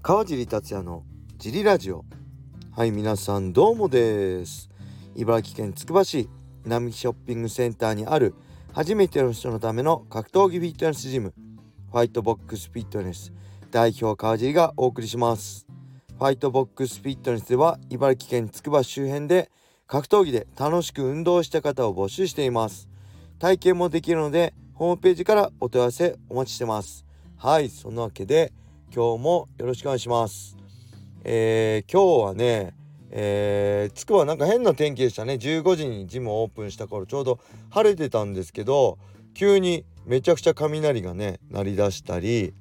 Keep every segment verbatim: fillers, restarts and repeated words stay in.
川尻達也のジリラジオ。はい、皆さんどうもです。茨城県つくば市並木ショッピングセンターにある初めての人のための格闘技フィットネスジム、ファイトボックスフィットネス代表川尻がお送りします。ファイトボックスフィットネスでは茨城県つくば周辺で格闘技で楽しく運動した方を募集しています。体験もできるのでホームページからお問い合わせお待ちしてます。はい、そんなわけで今日もよろしくお願いします。えー、今日はね、えー、つくばなんか変な天気でしたね。じゅうごじにジムオープンした頃ちょうど晴れてたんですけど、急にめちゃくちゃ雷がね鳴り出したり、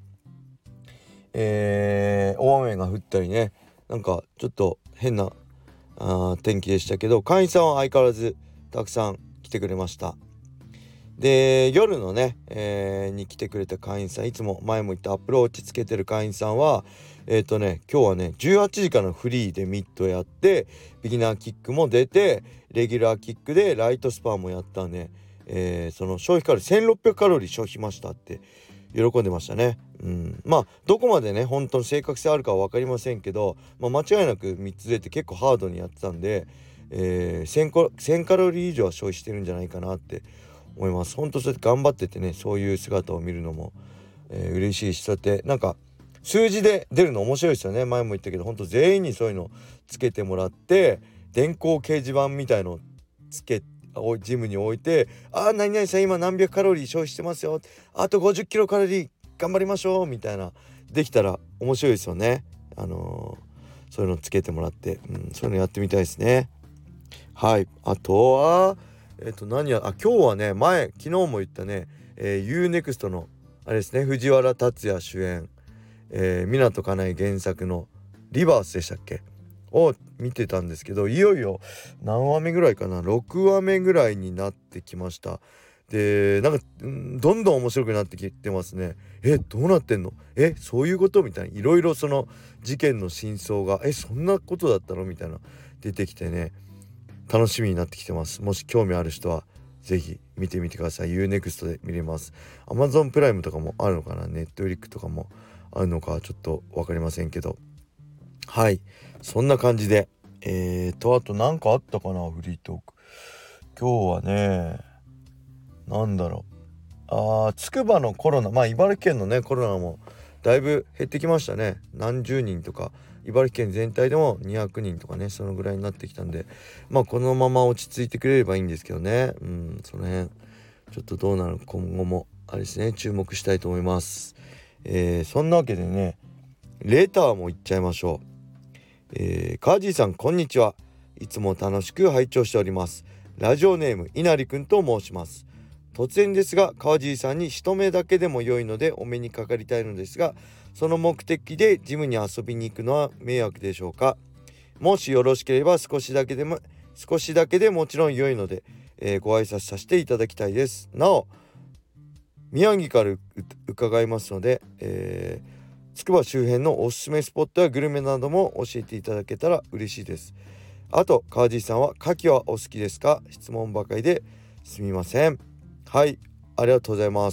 えー、大雨が降ったりね、なんかちょっと変なあ天気でしたけど、会員さんは相変わらずたくさん来てくれました。で、夜のね、えー、に来てくれた会員さん、いつも前も言ったアップローチつけてる会員さんはえっ、ー、とね今日はねじゅうはちじからのフリーでミットやって、ビギナーキックも出て、レギュラーキックでライトスパーもやったんで、えー、その消費カロリーせんろっぴゃくカロリー消費しましたって喜んでましたね。うん、まあどこまでね本当に正確性あるかは分かりませんけど、まあ、間違いなくみっつ出て結構ハードにやってたんで、えー、せん, せんカロリー以上は消費してるんじゃないかなって思います。本当そうやって頑張っててね、そういう姿を見るのも、えー、嬉しいし、そうやってなんか数字で出るの面白いですよね。前も言ったけど本当全員にそういうのつけてもらって、電光掲示板みたいのつけジムに置いて、あー何々さん今何百カロリー消費してますよ、あとごじゅっキロカロリー頑張りましょうみたいなできたら面白いですよね。あのー、そういうのつけてもらって、うん、そういうのやってみたいですね。はい、あとはえっ、と何やあ今日はね、前昨日も言ったね、えー、ユーネクスト のあれですね、藤原竜也主演、えー、湊かなえ原作のリバースでしたっけを見てたんですけど、いよいよ何話目ぐらいかな、ろくわめぐらいになってきました。でなんかんどんどん面白くなってきてますね。えどうなってんの、えそういうことみたいな、いろいろその事件の真相がえそんなことだったのみたいな出てきてね、楽しみになってきてます。もし興味ある人はぜひ見てみてください。 ユーネクスト で見れます。 Amazon プライムとかもあるのかな、ネットフリックとかもあるのかちょっと分かりませんけど、はい、そんな感じでえーとあと何かあったかな、フリートーク。今日はねなんだろう、あーつくばのコロナ、まあ茨城県のねコロナもだいぶ減ってきましたね。何十人とか、茨城県全体でもにひゃくにんとかね、そのぐらいになってきたんで、まあこのまま落ち着いてくれればいいんですけどね。うん、その辺ちょっとどうなるか今後もあれですね、注目したいと思います。えー、そんなわけでねレターもいっちゃいましょう。えー、川尻さんこんにちは。いつも楽しく拝聴しております。ラジオネーム稲荷くんと申します。突然ですが川尻さんに一目だけでも良いのでお目にかかりたいのですが、その目的でジムに遊びに行くのは迷惑でしょうか。もしよろしければ少しだけでも少しだけでもちろん良いので、えー、ご挨拶させていただきたいです。なお宮城から伺いますので、えーつくば周辺のおすすめスポットやグルメなども教えていただけたら嬉しいです。あと川尻さんは牡蠣はお好きですか。質問ばかりですみません。はい、ありがとうございます。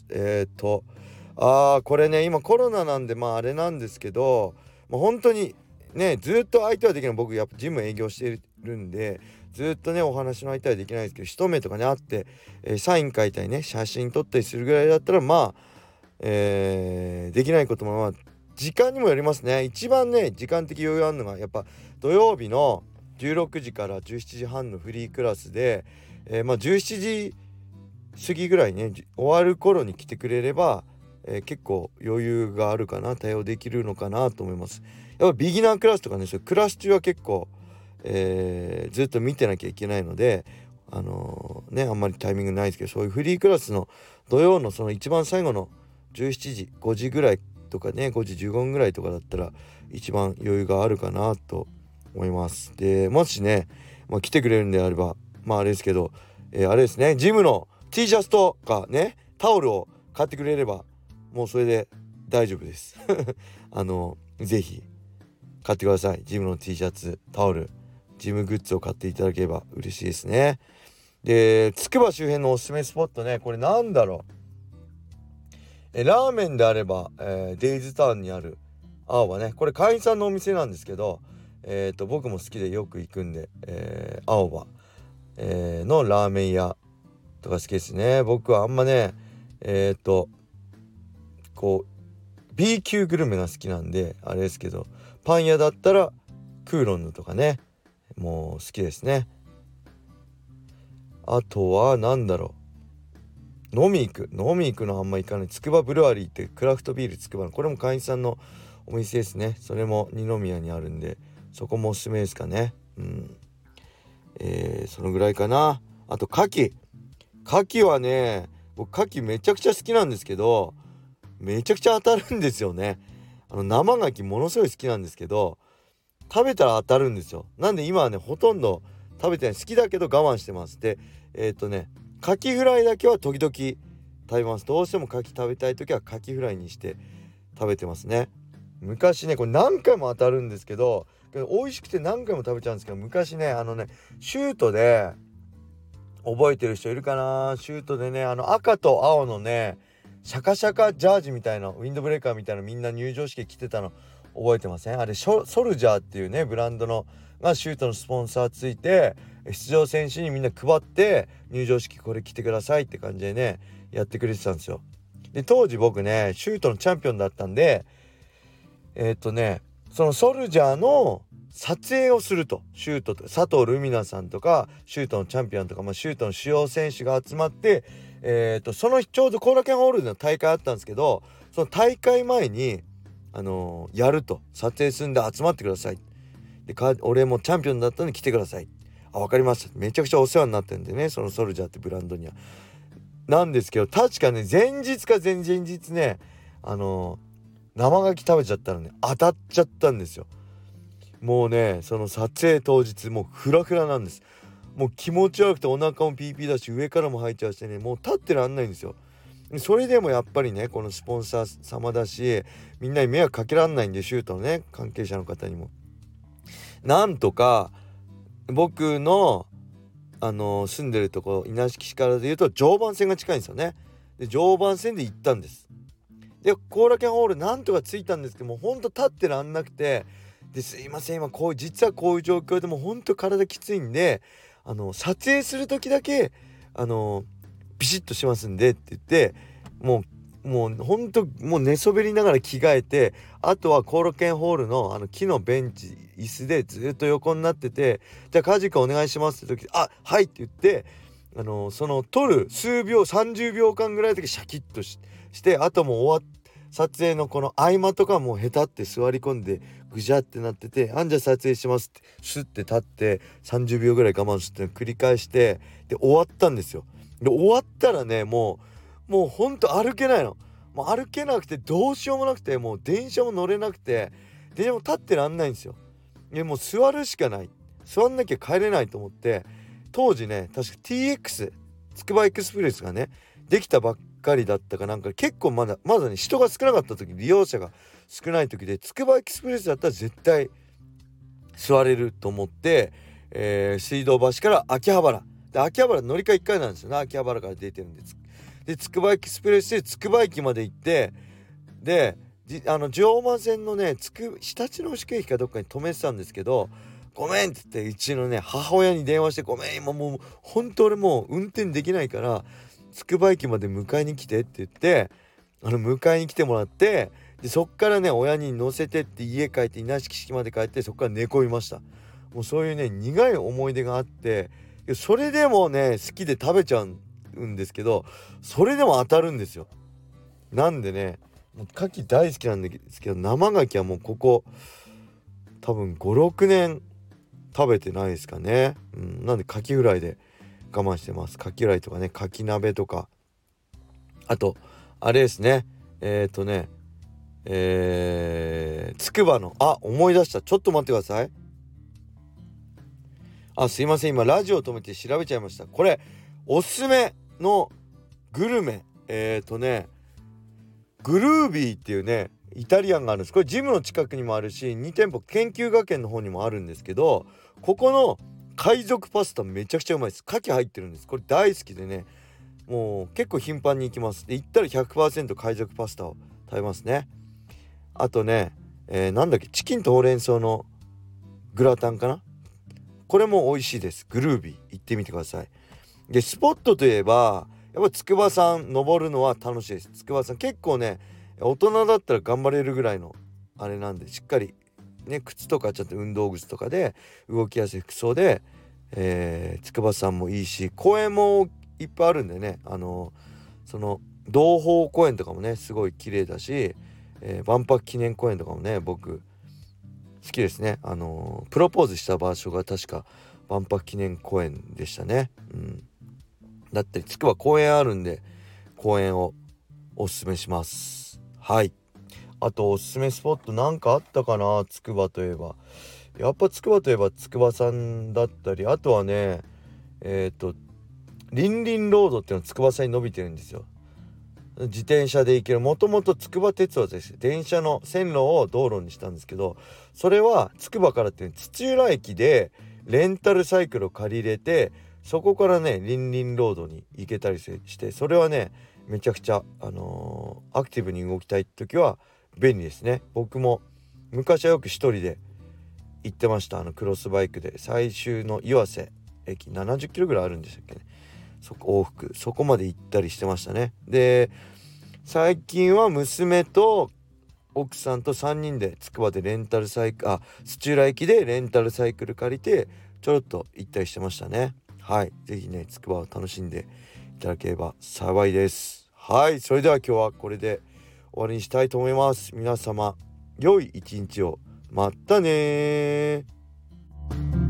えっ、ー、とあーこれね今コロナなんでまああれなんですけど、まあ、本当にねずっと相手はできない。僕やっぱジム営業してるんでずっとねお話の相手はできないですけど、一目とかね会って、えー、サイン書いたりね写真撮ったりするぐらいだったらまあえー、できないこともまあ時間にもよりますね。一番ね時間的余裕あるのがやっぱ土曜日のじゅうろくじからじゅうしちじはんのフリークラスで、えー、まあじゅうしちじ過ぎぐらいね終わる頃に来てくれれば、えー、結構余裕があるかな、対応できるのかなと思います。やっぱビギナークラスとかね、それクラス中は結構、えー、ずっと見てなきゃいけないのであのー、ねあんまりタイミングないですけど、そういうフリークラスの土曜のその一番最後のじゅうしちじごじぐらいとかね、ごじじゅうごふんぐらいとかだったら一番余裕があるかなと思います。でもしね、まあ、来てくれるんであればまああれですけど、えー、あれですね、ジムの T シャツとかねタオルを買ってくれればもうそれで大丈夫ですあのぜひ買ってください。ジムの T シャツタオルジムグッズを買っていただければ嬉しいですね。でつくば周辺のおすすめスポットね、これなんだろう、えラーメンであれば、えー、デイズタウンにある青葉ね、これ会員さんのお店なんですけど、えー、と僕も好きでよく行くんで、えー、青葉、えーのラーメン屋とか好きですね。僕はあんまねえっ、とこう B 級グルメが好きなんであれですけど、パン屋だったらクーロンヌとかね、もう好きですね。あとはなんだろう、飲み行く飲み行くのあんま行かない、つくばブルワリーってクラフトビールつくばの、これも会員さんのお店ですね。それも二宮にあるんで、そこもおすすめですかね。うん、えー、そのぐらいかな。あと牡蠣牡蠣はね、僕牡蠣めちゃくちゃ好きなんですけど、めちゃくちゃ当たるんですよね。あの生牡蠣ものすごい好きなんですけど、食べたら当たるんですよ。なんで今はねほとんど食べてない、好きだけど我慢してます。でえっ、ー、とねカキフライだけは時々食べます。どうしてもカキ食べたい時はカキフライにして食べてますね。昔ねこれ何回も当たるんですけど、美味しくて何回も食べちゃうんですけど、昔ねあのねシュートで、覚えてる人いるかな、シュートでねあの赤と青のねシャカシャカジャージみたいな、ウィンドブレーカーみたいな、みんな入場式着てたの覚えてません？あれソルジャーっていうねブランドのがシュートのスポンサーついて、出場選手にみんな配って入場式これ着てくださいって感じでねやってくれてたんですよ。で当時僕ねシュートのチャンピオンだったんで、えー、っとねそのソルジャーの撮影をすると、シュートと佐藤ルミナさんとかシュートのチャンピオンとか、まあ、シュートの主要選手が集まって、えー、とその日ちょうど後楽園ホールでの大会あったんですけど、その大会前に、あのーやると、撮影するんで集まってください、でか俺もチャンピオンだったので来てください、あ分かりました、めちゃくちゃお世話になってるんでね、そのソルジャーってブランドにはなんですけど、確かね前日か前々日ねあのー生牡蠣食べちゃったらね当たっちゃったんですよ。もうねその撮影当日もうフラフラなんです。もう気持ち悪くてお腹もピーピーだし、上からも吐いちゃうしね、もう立ってらんないんですよ。それでもやっぱりねこのスポンサー様だし、みんなに迷惑かけらんないんで、シュートのね関係者の方にもなんとか、僕のあの住んでるとこ稲敷市からでいうと常磐線が近いんですよね。で常磐線で行ったんです。で後楽園ホールなんとか着いたんですけども、ほんと立ってらんなくて、ですいません今こう実はこういう状況でもほんと体きついんで、あの撮影する時だけあのビシッとしますんでって言って、もうもうほんともう寝そべりながら着替えて、あとは後楽園ホールのあの木のベンチ椅子でずっと横になってて、じゃあカジ君お願いしますって時、あはいって言って、あのその撮る数秒さんじゅうびょうかんぐらいだけシャキッとししてあともう終わっ撮影のこの合間とかもうへたって座り込んでぐじゃってなってて、あんじゃ撮影しますってシュッて立ってさんじゅうびょうぐらい我慢して繰り返して、で終わったんですよ。で終わったらねもうもうほんと歩けないの、もう歩けなくてどうしようもなくて、もう電車も乗れなくて電車も立ってらんないんですよ。でもう座るしかない、座んなきゃ帰れないと思って、当時ね確か ティーエックス つくばエクスプレスがねできたばっかりだったかなんか、結構まだまだね人が少なかった時、利用者が少ない時で、つくばエクスプレスだったら絶対座れると思って、えー、水道橋から秋葉原で、秋葉原乗り換えいっかいなんですよね。秋葉原から出てるんです。でつくばエクスプレスでつくば駅まで行って、であの常磐線のねつく日立の宿駅かどっかに止めてたんですけど、ごめんって言ってうちのね母親に電話して、ごめん今もう本当俺もう運転できないからつくば駅まで迎えに来てって言って、あの迎えに来てもらって、でそっからね親に乗せてって家帰って稲敷式まで帰って、そっから寝込みました。もうそういうね苦い思い出があって、それでもね好きで食べちゃうんですけど、それでも当たるんですよ。なんでねもう牡蠣大好きなんですけど、生牡蠣はもうここ多分ごろくねん食べてないですかね。うん、なんで牡蠣フライで我慢してます。牡蠣フライとかね牡蠣鍋とか、あとあれですねえっ、ー、とねえー、つくばのあ思い出した、ちょっと待ってください。あすいません今ラジオ止めて調べちゃいました。これおすすめのグルメ、えっ、ー、とねグルービーっていうねイタリアンがあるんです。これジムの近くにもあるしに店舗研究学園の方にもあるんですけど、ここの海賊パスタめちゃくちゃうまいです。牡蠣入ってるんです。これ大好きでねもう結構頻繁に行きます。で行ったら ひゃくパーセント 海賊パスタを食べますね。あとねえー、なんだっけチキンとほうれん草のグラタンかな。これも美味しいです。グルービー行ってみてください。でスポットといえばやっぱ筑波山登るのは楽しいです。筑波山結構ね大人だったら頑張れるぐらいのあれなんで、しっかりね靴とかちゃんと運動靴とかで動きやすい服装で、えー、筑波山もいいし公園もいっぱいあるんでね、あのその同胞公園とかもねすごい綺麗だし、えー、万博記念公園とかもね僕好きですね。あのプロポーズした場所が確か万博記念公園でしたね。うん、だって筑波公園あるんで公園をおすすめします。はい。あとおすすめスポットなんかあったかな。筑波といえばやっぱ筑波といえば筑波山だったり、あとはねえっ、ー、とリンリンロードっていうの筑波山に伸びてるんですよ。自転車で行ける、もともと筑波鉄道です。電車の線路を道路にしたんですけど、それは筑波からっていう土浦駅でレンタルサイクルを借り入れて、そこからねリンリンロードに行けたりして、それはねめちゃくちゃあのーアクティブに動きたい時は便利ですね。僕も昔はよく一人で行ってました。あのクロスバイクで最終の岩瀬駅ななじゅっキロぐらいあるんでしたっけね、そこ往復そこまで行ったりしてましたね。で最近は娘と奥さんとさんにんでつくばでレンタルサイクルあ土浦駅でレンタルサイクル借りてちょろっと行ったりしてましたね。はい、ぜひねつくばを楽しんでいただければ幸いです。はい、それでは今日はこれで終わりにしたいと思います。皆様良い一日を。またねー。